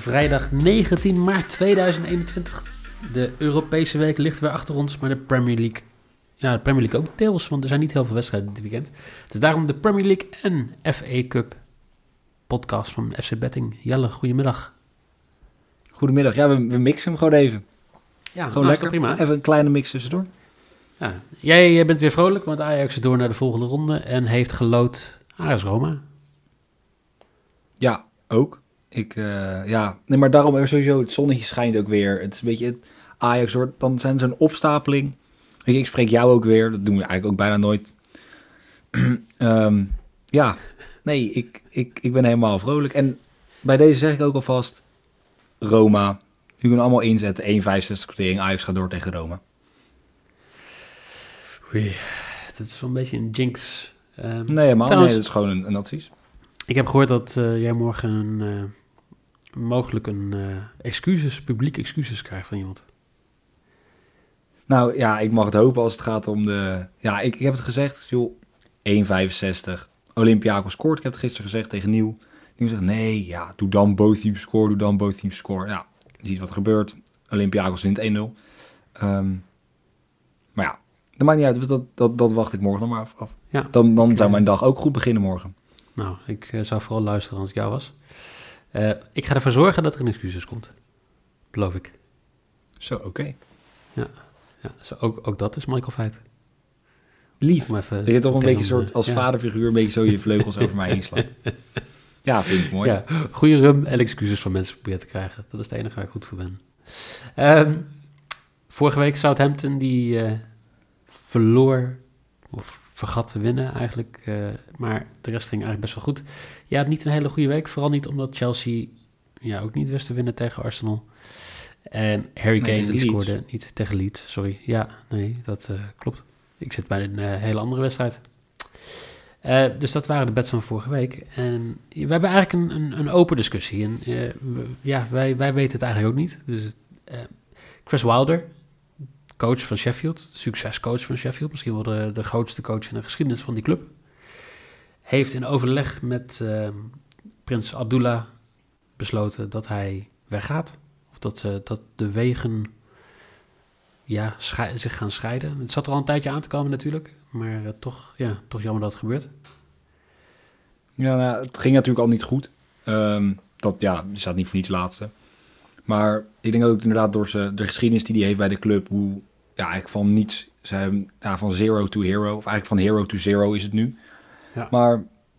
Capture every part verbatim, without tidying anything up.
vrijdag negentien maart tweeduizend eenentwintig. De Europese week ligt weer achter ons, maar de Premier League... Ja, de Premier League ook deels, want er zijn niet heel veel wedstrijden dit weekend. Dus daarom de Premier League en F A Cup podcast van F C Betting. Jelle, goedemiddag. Goedemiddag. Ja, we, we mixen hem gewoon even. Ja, gewoon nou, lekker. Prima. Even een kleine mix tussendoor. Ja. Jij, jij bent weer vrolijk, want Ajax is door naar de volgende ronde en heeft gelood Ajax Roma. Ja, ook. Ik, uh, ja, nee, maar daarom er sowieso, het zonnetje schijnt ook weer. Het is een beetje, het, Ajax hoor, dan zijn ze een opstapeling. Ik, ik spreek jou ook weer, dat doen we eigenlijk ook bijna nooit. um, ja, nee, ik, ik, ik ben helemaal vrolijk. En bij deze zeg ik ook alvast, Roma, u kunt allemaal inzetten, één komma vijfenzestig kwartering, Ajax gaat door tegen Roma. Oei, dat is wel een beetje een jinx. Um, nee, helemaal trouwens, nee, dat is gewoon een, een advies. Ik heb gehoord dat uh, jij morgen een, uh, mogelijk een uh, excuses, publiek excuses krijgt van iemand. Nou ja, ik mag het hopen als het gaat om de... Ja, ik, ik heb het gezegd, joh, één komma vijfenzestig. Olympiakos scoort, ik heb het gisteren gezegd tegen Nieuw. Nieuw zegt, nee, ja, doe dan both teams score, doe dan both teams score. Ja, je ziet wat er gebeurt. Olympiakos wint één nul. Um, maar ja, dat maakt niet uit, dat, dat, dat wacht ik morgen nog maar af. af. Ja, dan dan ik, zou mijn dag ook goed beginnen morgen. Nou, ik uh, zou vooral luisteren als ik jou was. Uh, ik ga ervoor zorgen dat er een excuses komt. Beloof ik. Zo, oké. Okay. Ja, ja zo, ook, ook dat is Michael Feit. Lief. Je hebt toch een beetje soort als ja. vaderfiguur een beetje zo je vleugels over mij heen slaat. Ja, vind ik mooi. Ja, goede rum en excuses van mensen proberen te krijgen. Dat is het enige waar ik goed voor ben. Um, vorige week Southampton die uh, verloor of vergat te winnen eigenlijk. Uh, maar de rest ging eigenlijk best wel goed. Ja, het niet een hele goede week. Vooral niet omdat Chelsea ja, ook niet wist te winnen tegen Arsenal. En Harry Kane nee, die scoorde niet tegen Leeds, sorry. Ja, nee, dat uh, klopt. Ik zit bij een uh, hele andere wedstrijd. Uh, dus dat waren de bets van vorige week. En we hebben eigenlijk een, een, een open discussie. En uh, we, ja, wij, wij weten het eigenlijk ook niet. Dus uh, Chris Wilder, coach van Sheffield, succescoach van Sheffield, misschien wel de, de grootste coach in de geschiedenis van die club, heeft in overleg met uh, prins Abdullah besloten dat hij weggaat. Of dat, uh, dat de wegen ja, schei- zich gaan scheiden. Het zat er al een tijdje aan te komen natuurlijk, maar uh, toch, ja, toch jammer dat het gebeurt. Ja, nou, het ging natuurlijk al niet goed. Um, dat ja, die staat niet voor niets laatste. Maar ik denk ook inderdaad door ze, de geschiedenis die hij heeft bij de club, hoe ja, eigenlijk van niets, ze hebben, ja, van zero to hero, of eigenlijk van hero to zero is het nu. Ja. Maar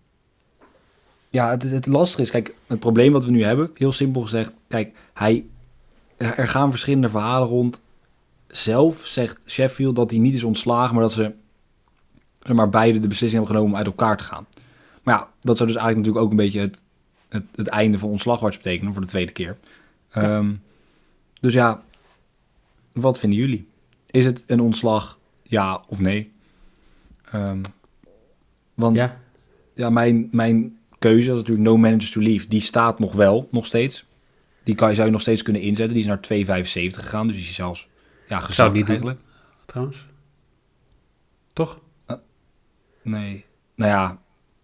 ja, het, het lastige is, kijk, het probleem wat we nu hebben, heel simpel gezegd, kijk, hij, er gaan verschillende verhalen rond. Zelf zegt Sheffield dat hij niet is ontslagen, maar dat ze zeg maar, beide de beslissing hebben genomen om uit elkaar te gaan. Maar ja, dat zou dus eigenlijk natuurlijk ook een beetje het, het, het einde van ontslagwaarts betekenen voor de tweede keer. Ja. Um, dus ja, wat vinden jullie? Is het een ontslag, ja of nee? Um, want ja, ja mijn, mijn keuze, dat is natuurlijk no managers to leave, die staat nog wel, nog steeds. Die kan, zou je nog steeds kunnen inzetten. Die is naar twee komma vijfenzeventig gegaan, dus die is zelfs ja, gezakt zou niet eigenlijk. Doen, trouwens. Toch? Uh, nee. Nou ja,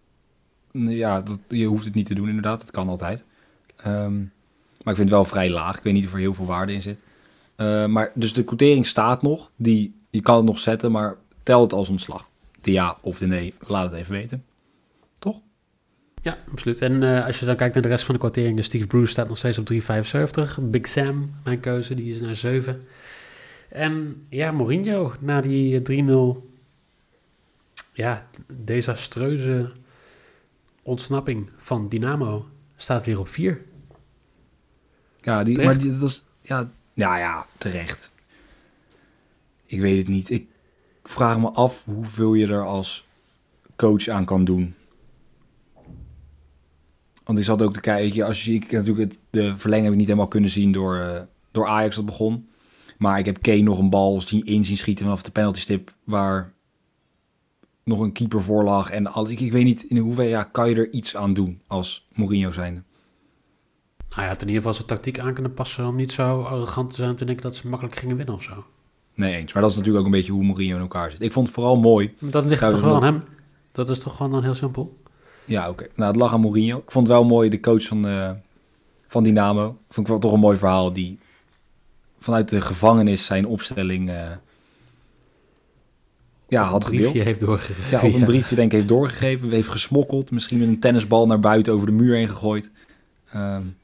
ja dat, je hoeft het niet te doen inderdaad. Dat kan altijd. Um, maar ik vind het wel vrij laag. Ik weet niet of er heel veel waarde in zit. Uh, maar dus de quotering staat nog. Die, je kan het nog zetten, maar tel het als ontslag. De ja of de nee, laat het even weten. Toch? Ja, absoluut. En uh, als je dan kijkt naar de rest van de quoteringen, Steve Bruce staat nog steeds op drie komma vijfenzeventig. Big Sam, mijn keuze, die is naar zeven. En ja, Mourinho, na die drie nul, ja, desastreuze ontsnapping van Dynamo, staat weer op vier. Ja, die, maar die, dat was, ja, ja, ja, terecht. Ik weet het niet. Ik vraag me af hoeveel je er als coach aan kan doen. Want ik zat ook te kijken, als je, ik natuurlijk het, de verlenging heb ik niet helemaal kunnen zien door, uh, door Ajax dat begon. Maar ik heb Kane nog een bal zien, in zien schieten vanaf de penaltystip waar nog een keeper voor lag. En al, ik, ik weet niet in hoeverre ja, kan je er iets aan doen als Mourinho zijnde. Nou ja, had in ieder geval zijn tactiek aan kunnen passen om niet zo arrogant te zijn te denken dat ze makkelijk gingen winnen of zo. Nee, eens. Maar dat is natuurlijk ook een beetje hoe Mourinho in elkaar zit. Ik vond het vooral mooi. Maar dat ligt toch wel aan hem? Dat is toch gewoon dan heel simpel? Ja, oké. Okay. Nou, het lag aan Mourinho. Ik vond het wel mooi, de coach van, uh, van Dynamo. Vond ik wel toch een mooi verhaal. Die vanuit de gevangenis zijn opstelling uh, ja, had gedeeld. Een briefje heeft doorgegeven. Ja, op een briefje denk ik heeft doorgegeven. Heeft gesmokkeld. Misschien met een tennisbal naar buiten over de muur heen gegooid. Um,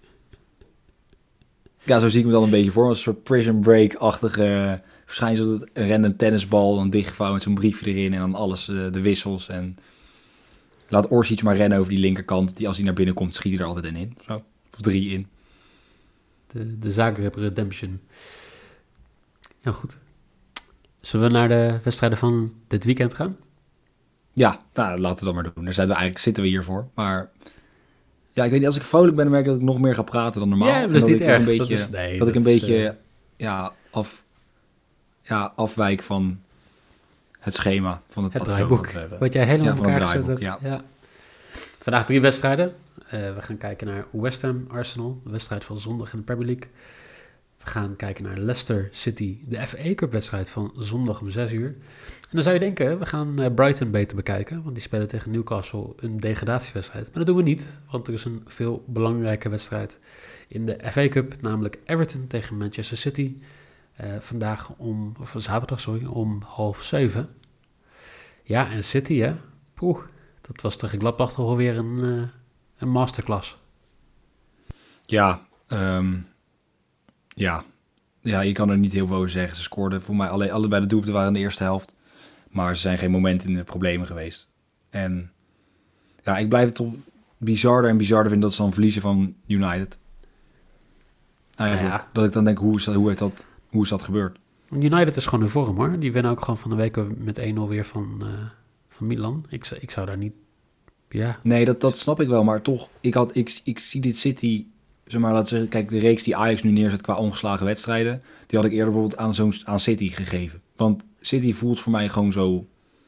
ja, zo zie ik me dan een beetje voor. Als een soort prison break-achtige... Uh, waarschijnlijk zo dat een random tennisbal dan dichtgevouwen met zo'n briefje erin. En dan alles, uh, de wissels. En laat Orsic maar rennen over die linkerkant. Die als hij naar binnen komt, schiet hij er altijd in in. Zo. Of drie in. De, de Zagreb Redemption. Ja, goed. Zullen we naar de wedstrijden van dit weekend gaan? Ja, nou, laten we dat maar doen. Daar zijn we eigenlijk, zitten we hiervoor. Maar ja, ik weet niet, als ik vrolijk ben, dan merk ik dat ik nog meer ga praten dan normaal. Ja, dat is dat niet ik erg. Een beetje, dat is, nee, dat, dat ik een is, beetje uh... ja, af, ja, afwijk van het schema. Van het, het draaiboek. Wat, wat jij helemaal ja, in elkaar gezet hebt. Ja. Ja. Vandaag drie wedstrijden. Uh, we gaan kijken naar West Ham Arsenal, de wedstrijd van zondag in de Premier League. We gaan kijken naar Leicester City, de F A Cup wedstrijd van zondag om zes uur. En dan zou je denken, we gaan uh, Brighton beter bekijken, want die spelen tegen Newcastle een degradatiewedstrijd. Maar dat doen we niet, want er is een veel belangrijke wedstrijd in de F A Cup, namelijk Everton tegen Manchester City. Uh, vandaag om, of zaterdag sorry, om half zeven. Ja, en City hè, poeh, dat was tegen Gladbach toch alweer een, uh, een masterclass. Ja, um... Ja. ja, je kan er niet heel veel over zeggen. Ze scoorden voor mij alle, allebei de doelpunten waren in de eerste helft. Maar ze zijn geen moment in de problemen geweest. En ja, ik blijf het toch bizarder en bizarder vinden dat ze dan verliezen van United. Eigenlijk. Ja. Dat ik dan denk, hoe is dat, hoe heeft dat, hoe is dat gebeurd? United is gewoon in vorm hoor. Die winnen ook gewoon van de week met één nul weer van, uh, van Milan. Ik, ik zou daar niet... Ja. Nee, dat, dat snap ik wel. Maar toch, ik, had, ik, ik zie dit City... Zeg maar, laten we, kijk, de reeks die Ajax nu neerzet qua ongeslagen wedstrijden, die had ik eerder bijvoorbeeld aan, zo'n, aan City gegeven. Want City voelt voor mij gewoon zo,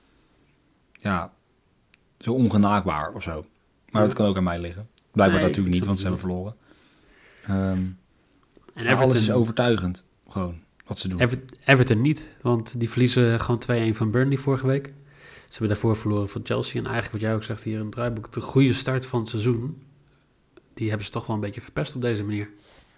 ja, zo ongenaakbaar of zo. Maar ja. Dat kan ook aan mij liggen. Blijkbaar nee, natuurlijk niet, want ze hebben verloren. Um, en Everton, alles is overtuigend, gewoon, wat ze doen. Ever, Everton niet, want die verliezen gewoon twee-een van Burnley vorige week. Ze hebben daarvoor verloren van Chelsea. En eigenlijk wat jij ook zegt hier in het draaiboek, de goede start van het seizoen, die hebben ze toch wel een beetje verpest op deze manier.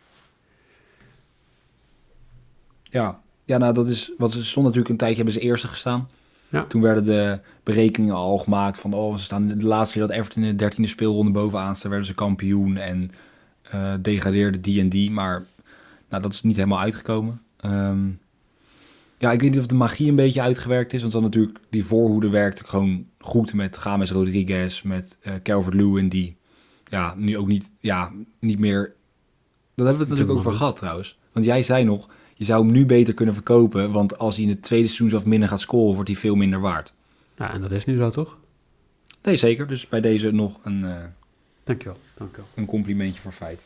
Ja, ja nou dat is wat ze stond natuurlijk een tijdje hebben ze eerste gestaan. Ja. Toen werden de berekeningen al gemaakt van oh, ze staan de laatste keer dat Everton in de dertiende speelronde bovenaan staan, werden ze kampioen en uh, degradeerde die en die, maar nou, dat is niet helemaal uitgekomen. Um, ja, ik weet niet of de magie een beetje uitgewerkt is, want dan natuurlijk die voorhoede werkte gewoon goed met James Rodriguez, met uh, Calvert-Lewin die ja, nu ook niet, ja, niet meer... Dat hebben we het natuurlijk ook over gehad trouwens. Want jij zei nog, je zou hem nu beter kunnen verkopen, want als hij in het tweede seizoen zelf minder gaat scoren, wordt hij veel minder waard. Ja, en dat is nu zo, toch? Nee, zeker. Dus bij deze nog een... Uh, dankjewel, dankjewel. Een complimentje voor feit.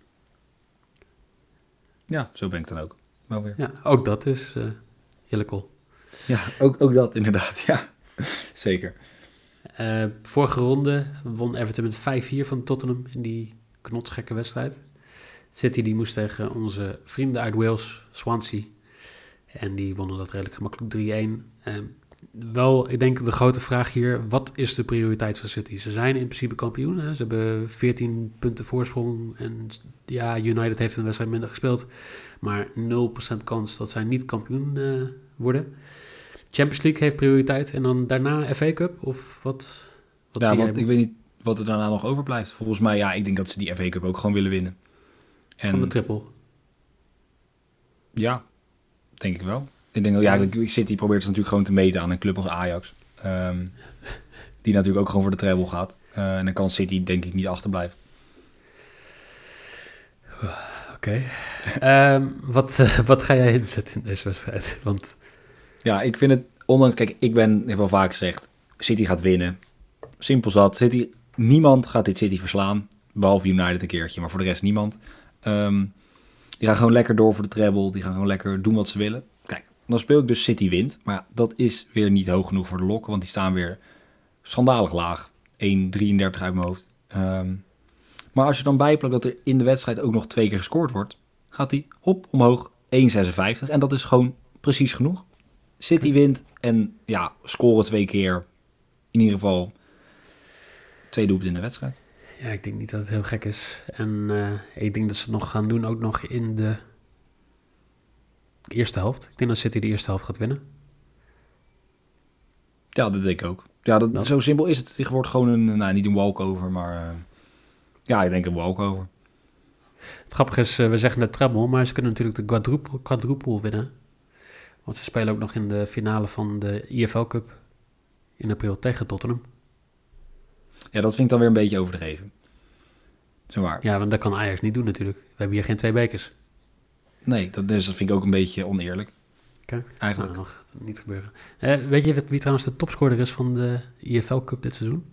Ja, zo ben ik dan ook. Wel weer. Ja, ook dat is uh, heel cool. Ja, ook, ook dat inderdaad, ja. Zeker. Uh, vorige ronde won Everton met vijf vier van Tottenham in die knotsgekke wedstrijd. City die moest tegen onze vrienden uit Wales, Swansea. En die wonnen dat redelijk gemakkelijk drie-een. Uh, wel, ik denk de grote vraag hier, wat is de prioriteit van City? Ze zijn in principe kampioen. Hè? Ze hebben veertien punten voorsprong. En ja, United heeft een wedstrijd minder gespeeld. Maar nul procent kans dat zij niet kampioen uh, worden. Champions League heeft prioriteit en dan daarna F A Cup? Of wat, wat ja, zie want jij? Ik weet niet wat er daarna nog overblijft. Volgens mij, ja, ik denk dat ze die F A Cup ook gewoon willen winnen. En van de triple? Ja, denk ik wel. Ik denk dat, ja, City probeert ze natuurlijk gewoon te meten aan een club als Ajax. Um, die natuurlijk ook gewoon voor de treble gaat. Uh, en dan kan City denk ik niet achterblijven. Oké. Okay. um, wat, uh, wat ga jij inzetten in deze wedstrijd? Want... Ja, ik vind het ondanks... Kijk, ik ben, ik heb wel vaak gezegd, City gaat winnen. Simpel zat. City, niemand gaat dit City verslaan. Behalve United een keertje, maar voor de rest niemand. Um, die gaan gewoon lekker door voor de treble. Die gaan gewoon lekker doen wat ze willen. Kijk, dan speel ik dus City wint. Maar ja, dat is weer niet hoog genoeg voor de lokken. Want die staan weer schandalig laag. één drieëndertig uit mijn hoofd. Um, maar als je dan bijplakt dat er in de wedstrijd ook nog twee keer gescoord wordt, gaat die hop omhoog één zesenvijftig. En dat is gewoon precies genoeg. City wint en ja, scoren twee keer. In ieder geval twee doelpunten in de wedstrijd. Ja, ik denk niet dat het heel gek is. En uh, ik denk dat ze het nog gaan doen, ook nog in de eerste helft. Ik denk dat City de eerste helft gaat winnen. Ja, dat denk ik ook. Ja, dat, dat. Zo simpel is het. Het wordt gewoon een, nou niet een walkover, maar uh, ja, ik denk een walkover. Het grappige is, uh, we zeggen de treble, maar ze kunnen natuurlijk de quadruple, quadruple winnen. Want ze spelen ook nog in de finale van de I F L Cup in april tegen Tottenham. Ja, dat vind ik dan weer een beetje overdreven. Zomaar. Ja, want dat kan Ajax niet doen natuurlijk. We hebben hier geen twee bekers. Nee, dat, dus dat vind ik ook een beetje oneerlijk. Okay. Eigenlijk. Nou, dat gaat niet gebeuren. Uh, weet je wie trouwens de topscorer is van de I F L Cup dit seizoen?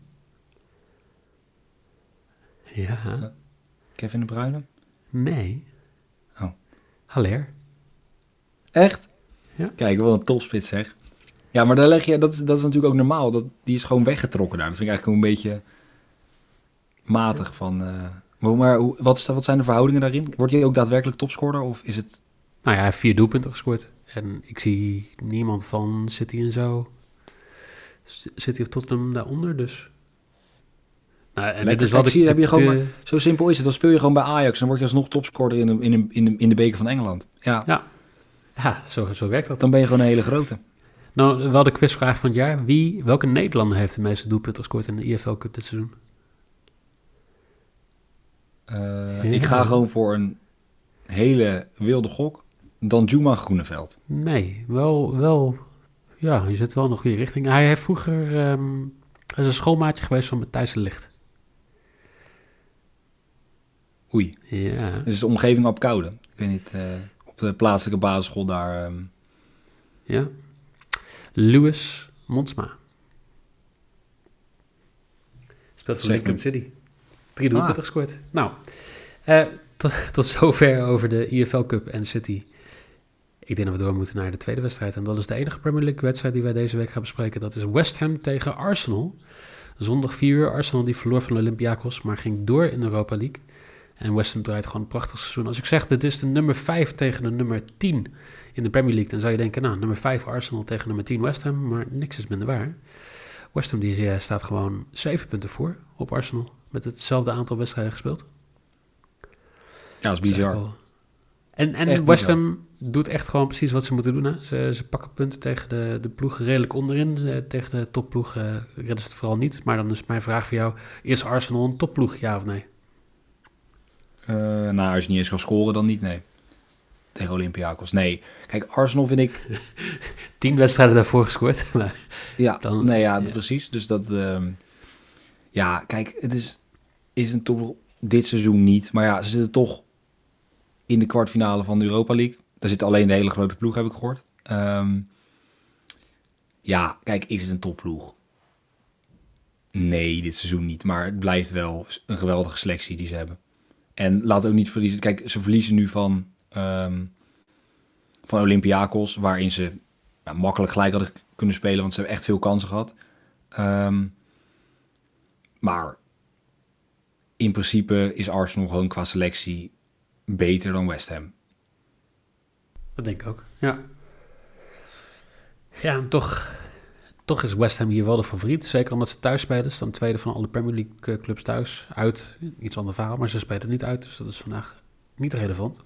Ja. Uh, Kevin de Bruyne? Nee. Oh. Haller. Echt? Ja. Kijk, wel een topspits zeg. Ja, maar daar leg je, dat, is, dat is natuurlijk ook normaal. Dat, die is gewoon weggetrokken daar. Dat vind ik eigenlijk een beetje matig van... Uh, maar maar hoe, wat, is, wat zijn de verhoudingen daarin? Wordt hij ook daadwerkelijk topscorer of is het... Nou ja, hij heeft vier doelpunten gescoord. En ik zie niemand van City en zo. City of Tottenham daaronder, dus... Nou, en dit is wel de, zie, de, heb je gewoon de, maar, zo simpel is het. Dan speel je gewoon bij Ajax. Dan word je alsnog topscorer in de, in de, in de, in de beker van Engeland. Ja, ja. ja zo, zo werkt dat. Dan ben je gewoon een hele grote. Nou, wel de quizvraag van het jaar. Wie, welke Nederlander heeft de meeste doelpunten gescoord in de I F L Cup dit seizoen? Uh, ja. Ik ga gewoon voor een hele wilde gok. Danjuma Groeneveld. Nee, wel, wel... Ja, je zit wel in de goede richting. Hij heeft vroeger... Um, hij is een schoolmaatje geweest van Matthijs de Ligt. Oei. Ja. Dus de omgeving op Koude. Ik weet niet, uh, op de plaatselijke basisschool daar... Um... Ja. Louis Monsma. Speelt voor Lincoln City. Drie doelpunten ah. gescoord. Nou, uh, tot, tot zover over de I F L Cup en City. Ik denk dat we door moeten naar de tweede wedstrijd. En dat is de enige Premier League wedstrijd die wij deze week gaan bespreken. Dat is West Ham tegen Arsenal. Zondag vier uur. Arsenal die verloor van Olympiakos, maar ging door in de Europa League. En West Ham draait gewoon een prachtig seizoen. Als ik zeg, dit is de nummer vijf tegen de nummer tien in de Premier League, dan zou je denken, nou, nummer vijf Arsenal tegen nummer tien West Ham. Maar niks is minder waar. West Ham die, ja, staat gewoon zeven punten voor op Arsenal. Met hetzelfde aantal wedstrijden gespeeld. Ja, dat is bizar. Wel... En, en West Ham doet echt gewoon precies wat ze moeten doen. Hè? Ze, ze pakken punten tegen de, de ploegen redelijk onderin. Ze, tegen de topploeg uh, redden ze het vooral niet. Maar dan is mijn vraag voor jou, is Arsenal een topploeg, ja of nee? Uh, nou, als je niet eens kan scoren, dan niet, nee. Tegen Olympiakos, nee. Kijk, Arsenal vind ik... Tien wedstrijden daarvoor gescoord. ja, dan, nee, ja, ja, precies. Dus dat... Uh, ja, kijk, het is, is een top dit seizoen niet. Maar ja, ze zitten toch in de kwartfinale van de Europa League. Daar zit alleen de hele grote ploeg, heb ik gehoord. Um, ja, kijk, is het een topploeg? Nee, dit seizoen niet. Maar het blijft wel een geweldige selectie die ze hebben. En laat ook niet verliezen. Kijk, ze verliezen nu van, um, van Olympiakos, waarin ze nou, makkelijk gelijk hadden kunnen spelen, want ze hebben echt veel kansen gehad. Um, maar in principe is Arsenal gewoon qua selectie beter dan West Ham. Dat denk ik ook, ja. Ja, en toch, toch is West Ham hier wel de favoriet. Zeker omdat ze thuis spelen. Ze staan tweede van alle Premier League clubs thuis. Uit, iets ander verhaal, maar ze spelen niet uit. Dus dat is vandaag niet relevant.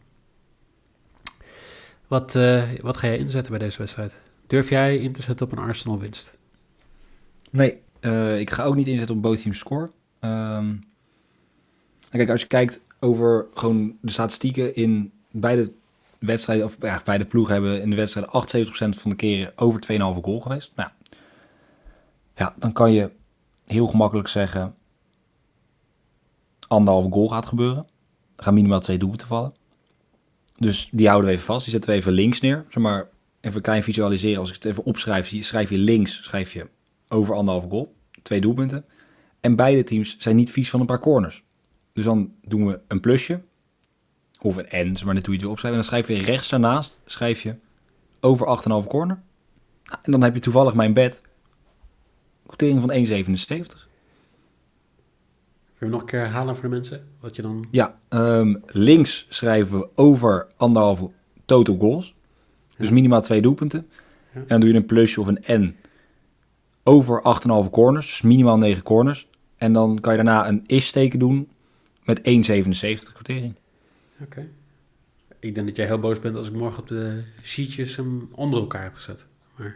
Wat, uh, wat ga jij inzetten bij deze wedstrijd? Durf jij in te zetten op een Arsenal winst? Nee, uh, ik ga ook niet inzetten op both teams score. Um, kijk, als je kijkt over gewoon de statistieken in beide wedstrijden, of ja, beide ploegen hebben in de wedstrijd achtenzeventig procent van de keren over twee komma vijf goal geweest. Nou, ja, dan kan je heel gemakkelijk zeggen, anderhalve goal gaat gebeuren. Er gaan minimaal twee doelpunten vallen. Dus die houden we even vast. Die zetten we even links neer. Zeg maar, even klein visualiseren. Als ik het even opschrijf, schrijf je links, schrijf je over anderhalve goal. Twee doelpunten. En beide teams zijn niet vies van een paar corners. Dus dan doen we een plusje. Of een N, maar net hoe je het wil opschrijven. En dan schrijf je rechts daarnaast, schrijf je over acht komma vijf corner. Nou, en dan heb je toevallig mijn bet. Quotering van één komma zevenenzeventig. Kun je nog een keer herhalen voor de mensen? Wat je dan... Ja, um, links schrijven we over anderhalve total goals. Dus ja. Minimaal twee doelpunten. Ja. En dan doe je een plusje of een N over acht komma vijf corners. Dus minimaal negen corners. En dan kan je daarna een is-teken doen met één komma zevenenzeventig quotering. Oké. Okay. Ik denk dat jij heel boos bent als ik morgen op de sheetjes hem onder elkaar heb gezet. Maar...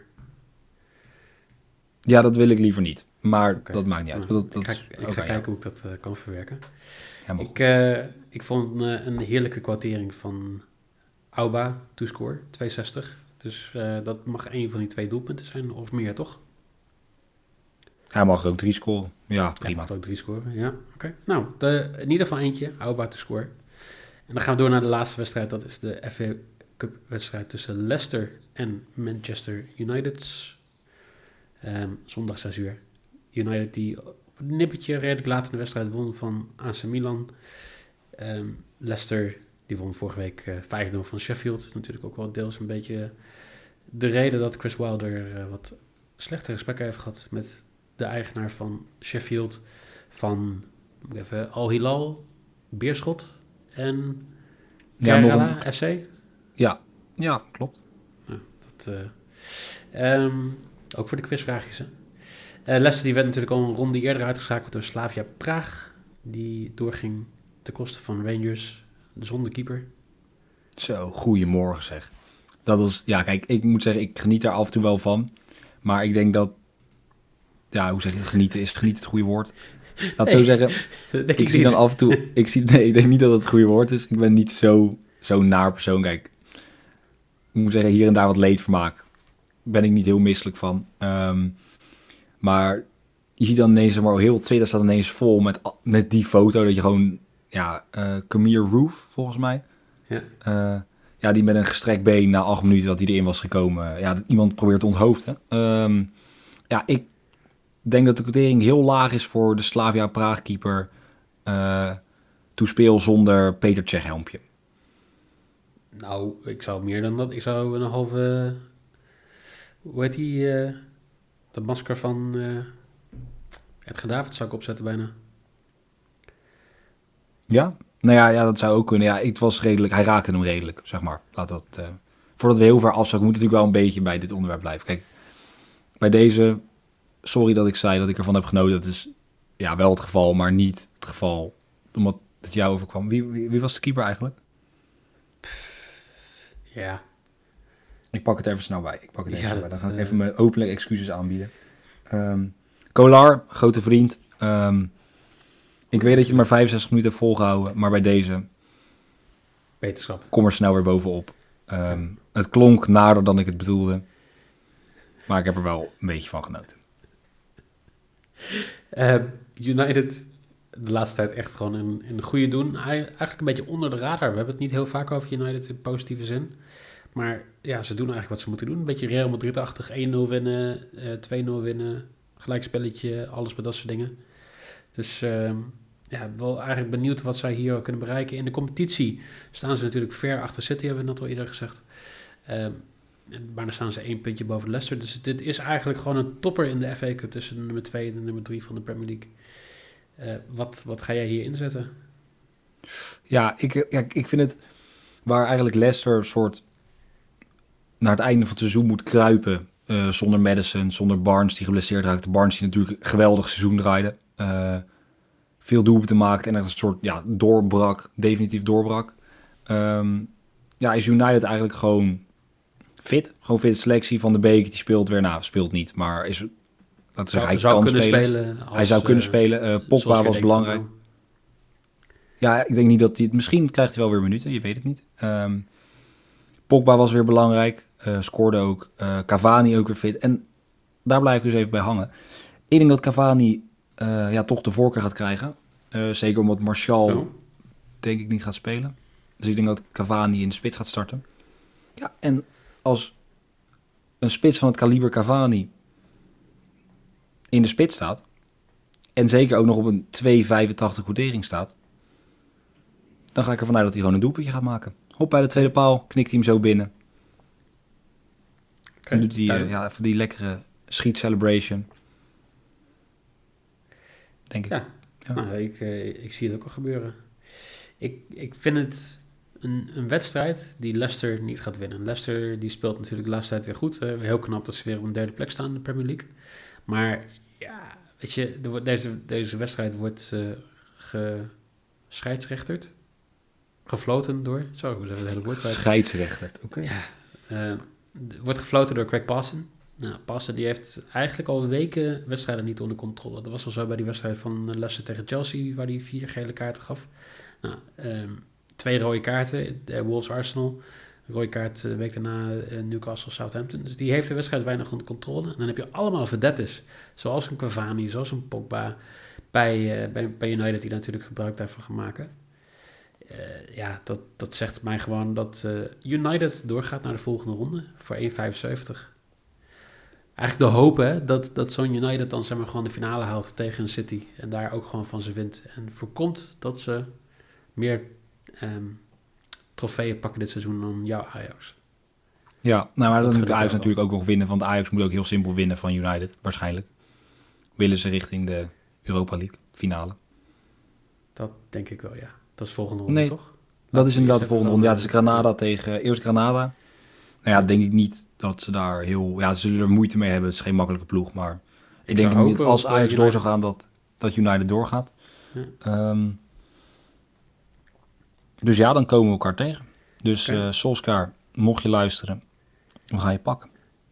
Ja, dat wil ik liever niet. Maar okay. dat maakt niet uit. Nou, dat, dat ik ga, is, ik ga kijken ja. hoe ik dat uh, kan verwerken. Ja, ik, uh, ik vond uh, een heerlijke kwartering van Auba to score, tweehonderdzestig. Dus uh, dat mag een van die twee doelpunten zijn, of meer, toch? Hij mag ook drie scoren. Ja, prima. Hij mag ook drie scoren, ja. Oké. Okay. Nou, de, in ieder geval eentje, Auba to score. En dan gaan we door naar de laatste wedstrijd. Dat is de F A Cup wedstrijd tussen Leicester en Manchester United. Um, zondag zes uur. United die op een nippertje redelijk laat in de wedstrijd won van A C Milan. Um, Leicester die won vorige week uh, vijf nul van Sheffield. Natuurlijk ook wel deels een beetje de reden dat Chris Wilder uh, wat slechte gesprekken heeft gehad met de eigenaar van Sheffield. Van even, Al Hilal, Beerschot en Kerala ja, F C. Ja, ja, klopt. Nou, dat, uh, um, ook voor de quizvraagjes, hè. Uh, Leicester die werd natuurlijk al een ronde eerder uitgeschakeld door Slavia Praag. Die doorging ten koste van Rangers, zonder keeper. Zo, goeiemorgen zeg. Dat was, ja kijk, ik moet zeggen, ik geniet daar af en toe wel van. Maar ik denk dat, ja, hoe zeg je, genieten is geniet het goede woord. Laat nee, zo zeggen, ik, ik zie dan af en toe, ik zie, nee, ik denk niet dat het het goede woord is. Ik ben niet zo, zo naar persoon, kijk. Ik moet zeggen, hier en daar wat leedvermaak. Ben ik niet heel misselijk van. Um, maar je ziet dan ineens, maar heel Twitter staat ineens vol met, met die foto dat je gewoon, ja, uh, Kamir Roof, volgens mij. Ja. Uh, ja, die met een gestrekt been na acht minuten dat hij erin was gekomen. Ja, dat iemand probeert te onthoofden. Um, ja, ik denk dat de quotering heel laag is voor de Slavia Praag keeper. Uh, toespeel zonder Peter Cech helmpje. Nou, ik zou meer dan dat. Ik zou een halve... Hoe heet die? Uh, dat masker van uh, Edgar Davids zou ik opzetten bijna. Ja? Nou ja, ja, dat zou ook kunnen. Ja, het was redelijk, hij raakte hem redelijk, zeg maar. Laat dat, uh, voordat we heel ver afzakken, moet natuurlijk wel een beetje bij dit onderwerp blijven. Kijk, bij deze, sorry dat ik zei dat ik ervan heb genoten. Dat is ja wel het geval, maar niet het geval omdat het jou overkwam. Wie, wie, wie was de keeper eigenlijk? Ja. Ik pak het even snel bij. Ik pak het even ja, bij. Dan dat, ga ik uh... even mijn openlijk excuses aanbieden. Um, Kolar, grote vriend. Um, ik weet dat je maar vijfenzestig minuten hebt volgehouden, maar bij deze... Wetenschap. Kom er snel weer bovenop. Um, het klonk nader dan ik het bedoelde. Maar ik heb er wel een beetje van genoten. Uh, United, de laatste tijd echt gewoon een, een goede doen. Eigenlijk een beetje onder de radar. We hebben het niet heel vaak over United in positieve zin. Maar ja, ze doen eigenlijk wat ze moeten doen. Een beetje Real Madrid-achtig. één nul winnen, uh, twee nul winnen. Gelijkspelletje, alles met dat soort dingen. Dus uh, ja, wel eigenlijk benieuwd wat zij hier kunnen bereiken. In de competitie staan ze natuurlijk ver achter City, hebben we net al eerder gezegd. Uh, maar dan staan ze één puntje boven Leicester. Dus dit is eigenlijk gewoon een topper in de F A Cup tussen de nummer twee en de nummer drie van de Premier League. Uh, wat, wat ga jij hier inzetten? Ja ik, ja, ik vind het waar eigenlijk Leicester een soort naar het einde van het seizoen moet kruipen. Uh, zonder Maddison, zonder Barnes die geblesseerd raakte. Barnes die natuurlijk een geweldig seizoen draaide. Uh, veel doelpunten maakte en echt een soort ja, doorbrak, definitief doorbrak. Um, ja, is United eigenlijk gewoon fit. Gewoon fit selectie. Van de Beek, die speelt weer. Nou, speelt niet, maar is, laten we zeggen, hij zou kan kunnen spelen. spelen als, hij zou kunnen uh, spelen. Uh, Pogba was belangrijk. Van, ja, ik denk niet dat hij het... Misschien krijgt hij wel weer minuten, je weet het niet. Um, Pogba was weer belangrijk. Uh, scoorde ook. Uh, Cavani ook weer fit. En daar blijf ik dus even bij hangen. Ik denk dat Cavani uh, ja, toch de voorkeur gaat krijgen. Uh, zeker omdat Martial oh. denk ik niet gaat spelen. Dus ik denk dat Cavani in de spits gaat starten. Ja, en als een spits van het kaliber Cavani in de spits staat... en zeker ook nog op een twee komma vijfentachtig quotering staat... dan ga ik ervan uit dat hij gewoon een doelpuntje gaat maken. Hop bij de tweede paal, knikt hij hem zo binnen. Okay, en doet hij uh, ja, even die lekkere schiet celebration. Denk ik. Ja, ja. Nou, ik, uh, ik zie het ook al gebeuren. Ik, ik vind het een, een wedstrijd die Leicester niet gaat winnen. Leicester die speelt natuurlijk de laatste tijd weer goed. Uh, heel knap dat ze weer op een derde plek staan in de Premier League. Maar ja, weet je, er wordt- deze, deze wedstrijd wordt uh, gescheidsrechterd. Gefloten door... Sorry, ik moet even het hele woord kwijt. Scheidsrechter, oké. Ja, uh, wordt gefloten door Craig Pawson. Nou, Pawson die heeft eigenlijk al weken wedstrijden niet onder controle. Dat was al zo bij die wedstrijd van Leicester tegen Chelsea, waar hij vier gele kaarten gaf. Nou, um, twee rode kaarten, uh, Wolves Arsenal. Rode kaart de uh, week daarna uh, Newcastle Southampton. Dus die heeft de wedstrijd weinig onder controle. En dan heb je allemaal verdettes, zoals een Cavani, zoals een Pogba bij, uh, bij, bij United, die natuurlijk gebruik daarvan gaan maken. Uh, ja, dat, dat zegt mij gewoon dat uh, United doorgaat naar de volgende ronde voor één komma vijfenzeventig. Eigenlijk de hoop, hè, dat, dat zo'n United dan zeg maar gewoon de finale haalt tegen een City. En daar ook gewoon van ze wint. En voorkomt dat ze meer um, trofeeën pakken dit seizoen dan jouw Ajax. Ja, nou, maar Dat dan moet gaat Ajax ook natuurlijk ook nog winnen. Want Ajax moet ook heel simpel winnen van United, waarschijnlijk. Willen ze richting de Europa League finale. Dat denk ik wel, ja. Dat is volgende ronde, Nee, toch? Dat is inderdaad de Eerst volgende even ronde. Ja, wel- het is Granada tegen... Eerst Granada. Nou ja, denk ik niet dat ze daar heel... Ja, ze zullen er moeite mee hebben. Het is geen makkelijke ploeg, maar... Ik, Ik denk zou niet hopen als op, Ajax uh, door United. zou gaan, dat, dat United doorgaat. Ja. Um, dus ja, dan komen we elkaar tegen. Dus Oké. uh, Solskjaer, mocht je luisteren, we gaan je pakken.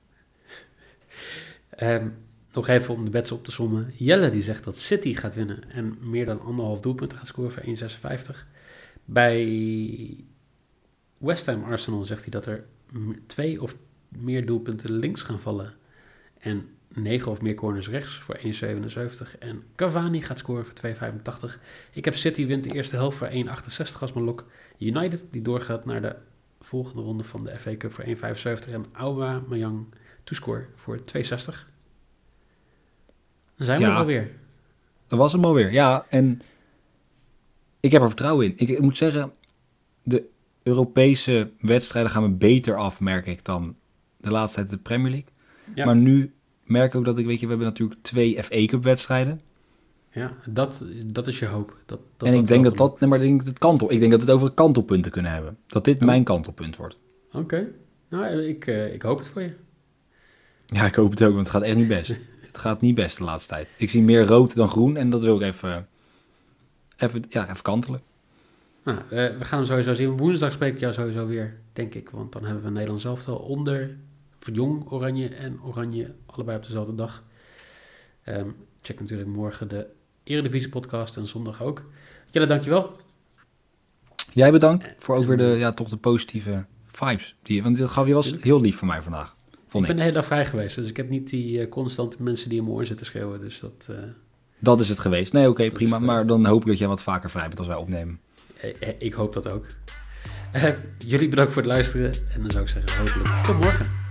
Um, nog even om de bets op te sommen. Jelle die zegt dat City gaat winnen en meer dan anderhalf doelpunten gaat scoren voor één komma zesenvijftig. Bij West Ham Arsenal zegt hij dat er m- twee of meer doelpunten links gaan vallen. En negen of meer corners rechts voor één komma zevenenzeventig. En Cavani gaat scoren voor twee komma vijfentachtig. Ik heb City wint de eerste helft voor één komma achtenzestig als mijn lok. United die doorgaat naar de volgende ronde van de F A Cup voor één komma vijfenzeventig. En Aubameyang to score voor twee komma zestig. Dan zijn we Ja. er alweer. Dat was hem alweer. Ja, en ik heb er vertrouwen in. Ik, ik moet zeggen, de Europese wedstrijden gaan me beter af, merk ik, dan de laatste tijd de Premier League. Ja. Maar nu merk ik ook dat ik, weet je, we hebben natuurlijk twee F A Cup wedstrijden. Ja, dat, dat is je hoop. Dat, dat, en ik dat denk wel dat dat, nee, maar ik denk dat het kantel, ik denk dat we het over kantelpunten kunnen hebben. Dat dit Oh. mijn kantelpunt wordt. Oké. Okay. Nou, ik, uh, ik hoop het voor je. Ja, ik hoop het ook, want het gaat echt niet best. Het gaat niet best de laatste tijd. Ik zie meer rood dan groen en dat wil ik even, even, ja, even kantelen. Nou, uh, we gaan hem sowieso zien. Woensdag spreek ik jou sowieso weer, denk ik. Want dan hebben we Nederland zelf al onder Jong Oranje en Oranje allebei op dezelfde dag. Um, check natuurlijk morgen de Eredivisie podcast en zondag ook. Jelle, dankjewel. Jij bedankt voor ook weer de, ja, toch de positieve vibes. Die, want dat gaf je was heel lief van mij vandaag. Vond Ik ik. ben de hele dag vrij geweest, dus ik heb niet die uh, constante mensen die in mijn oor zitten schreeuwen. Dus dat... Uh, dat is het geweest. Nee, oké, okay, dat prima. Maar dan hoop ik dat jij wat vaker vrij bent als wij opnemen. Ik hoop dat ook. Uh, jullie bedankt voor het luisteren. En dan zou ik zeggen, hopelijk tot morgen.